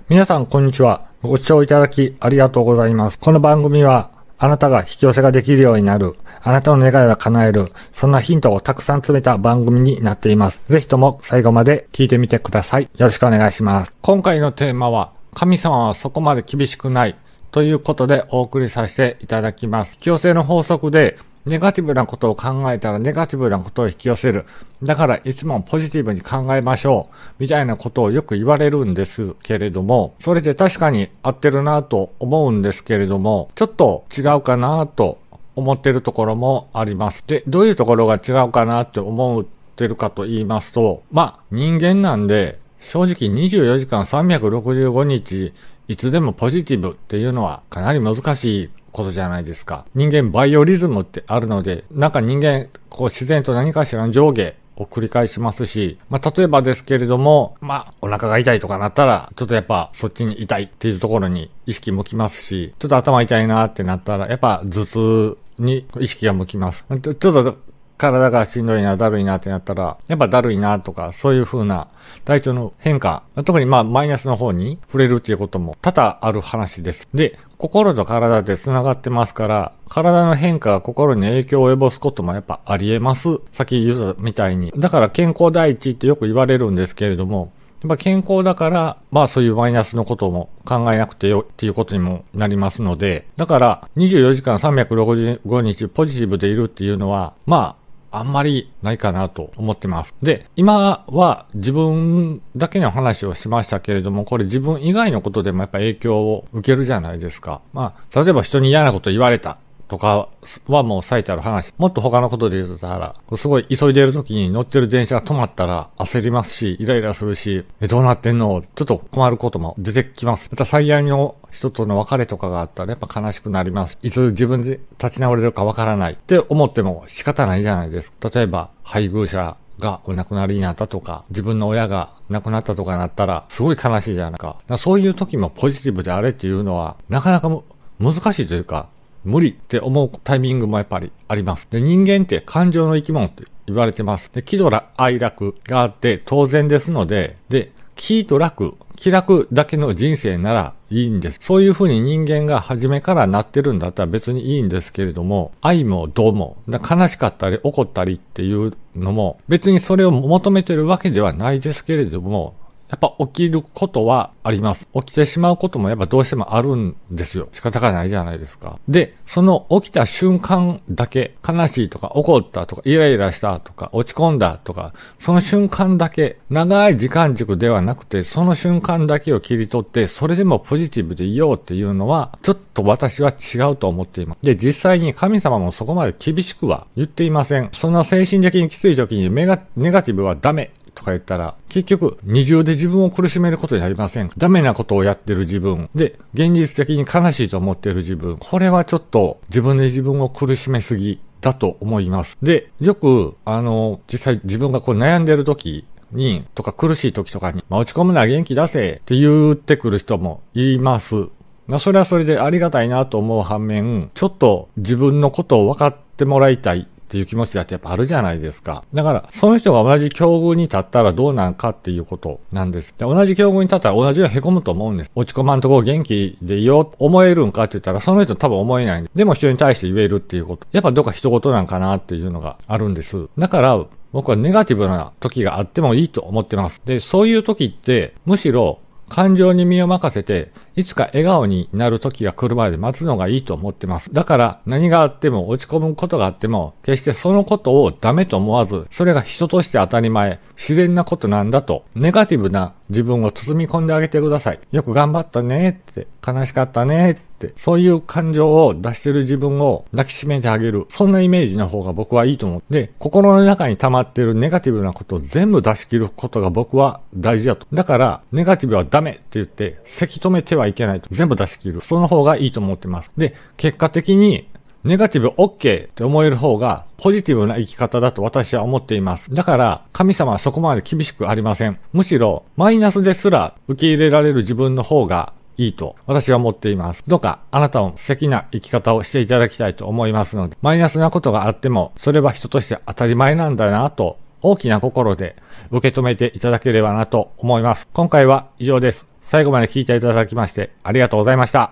皆さんこんにちは。ご視聴いただきありがとうございます。この番組はあなたが引き寄せができるようになる、あなたの願いが叶える、そんなヒントをたくさん詰めた番組になっています。ぜひとも最後まで聞いてみてください。よろしくお願いします。今回のテーマは、神様はそこまで厳しくないということでお送りさせていただきます。引き寄せの法則で、ネガティブなことを考えたらネガティブなことを引き寄せる。だからいつもポジティブに考えましょう。みたいなことをよく言われるんですけれども、それで確かに合ってるなと思うんですけれども、ちょっと違うかなと思ってるところもあります。で、どういうところが違うかなって思ってるかと言いますと、人間なんで、正直24時間365日、いつでもポジティブっていうのはかなり難しいことじゃないですか。人間バイオリズムってあるので、なんか人間自然と何かしらの上下を繰り返しますし、例えばですけれども、お腹が痛いとかなったら、ちょっとやっぱそっちに痛いっていうところに意識向きますし、ちょっと頭痛いなってなったら、やっぱ頭痛に意識が向きます。ちょっと体がしんどいな、だるいなってなったら、やっぱだるいなとか、そういう風な体調の変化、特にマイナスの方に触れるっていうことも多々ある話です。で、心と体で繋がってますから、体の変化が心に影響を及ぼすこともやっぱあり得ます。さっき言ったみたいに。だから健康第一ってよく言われるんですけれども、やっぱ健康だから、そういうマイナスのことも考えなくてよっていうことにもなりますので、だから24時間365日ポジティブでいるっていうのは、あんまりないかなと思ってます。で、今は自分だけの話をしましたけれども、これ自分以外のことでもやっぱ影響を受けるじゃないですか。例えば人に嫌なこと言われたとかはもう最たる話。もっと他のことで言うとら、すごい急いでいる時に乗ってる電車が止まったら焦りますし、イライラするし、どうなってんの？ちょっと困ることも出てきます。また最愛の人との別れとかがあったらやっぱ悲しくなります。いつ自分で立ち直れるかわからないって思っても仕方ないじゃないですか。例えば配偶者がお亡くなりになったとか、自分の親が亡くなったとかなったらすごい悲しいじゃないか。そういう時もポジティブであれっていうのはなかなか難しいというか、無理って思うタイミングもやっぱりあります。で、人間って感情の生き物って言われてます。で、喜怒哀楽があって当然ですので、喜と楽、気楽だけの人生ならいいんです。そういうふうに人間が初めからなってるんだったら別にいいんですけれども、愛もどうも、悲しかったり怒ったりっていうのも、別にそれを求めてるわけではないですけれども、やっぱ起きることはあります。起きてしまうこともやっぱどうしてもあるんですよ。仕方がないじゃないですか。で、その起きた瞬間だけ、悲しいとか怒ったとかイライラしたとか落ち込んだとか、その瞬間だけ、長い時間軸ではなくて、その瞬間だけを切り取って、それでもポジティブでいようっていうのは、ちょっと私は違うと思っています。で、実際に神様もそこまで厳しくは言っていません。そんな精神的にきつい時にネガティブはダメとか言ったら、結局二重で自分を苦しめることになりません。ダメなことをやってる自分で、現実的に悲しいと思ってる自分、これはちょっと自分で自分を苦しめすぎだと思います。で、よく実際自分が悩んでる時にとか苦しい時とかに、落ち込むな元気出せって言ってくる人もいます。それはそれでありがたいなと思う反面、ちょっと自分のことを分かってもらいたいっていう気持ちだってやっぱあるじゃないですか。だから、その人が同じ境遇に立ったらどうなんかっていうことなんです。で、同じ境遇に立ったら同じように凹むと思うんです。落ち込まんとこ元気でいいよ、思えるんかって言ったら、その人多分思えないんで。でも人に対して言えるっていうこと。やっぱどっか人事なんかなっていうのがあるんです。だから、僕はネガティブな時があってもいいと思ってます。で、そういう時って、むしろ、感情に身を任せて、いつか笑顔になる時が来るまで待つのがいいと思ってます。だから何があっても落ち込むことがあっても、決してそのことをダメと思わず、それが人として当たり前、自然なことなんだと、ネガティブな自分を包み込んであげてください。よく頑張ったねって、悲しかったねって、そういう感情を出してる自分を抱きしめてあげる。そんなイメージの方が僕はいいと思う。で、心の中に溜まってるネガティブなことを全部出し切ることが僕は大事だと。だから、ネガティブはダメって言って、せき止めてはいけないと。全部出し切る。その方がいいと思ってます。で、結果的に、ネガティブ OK って思える方がポジティブな生き方だと私は思っています。だから神様はそこまで厳しくありません。むしろマイナスですら受け入れられる自分の方がいいと私は思っています。どうかあなたも素敵な生き方をしていただきたいと思いますので、マイナスなことがあってもそれは人として当たり前なんだなと大きな心で受け止めていただければなと思います。今回は以上です。 最後まで聞いていただきましてありがとうございました。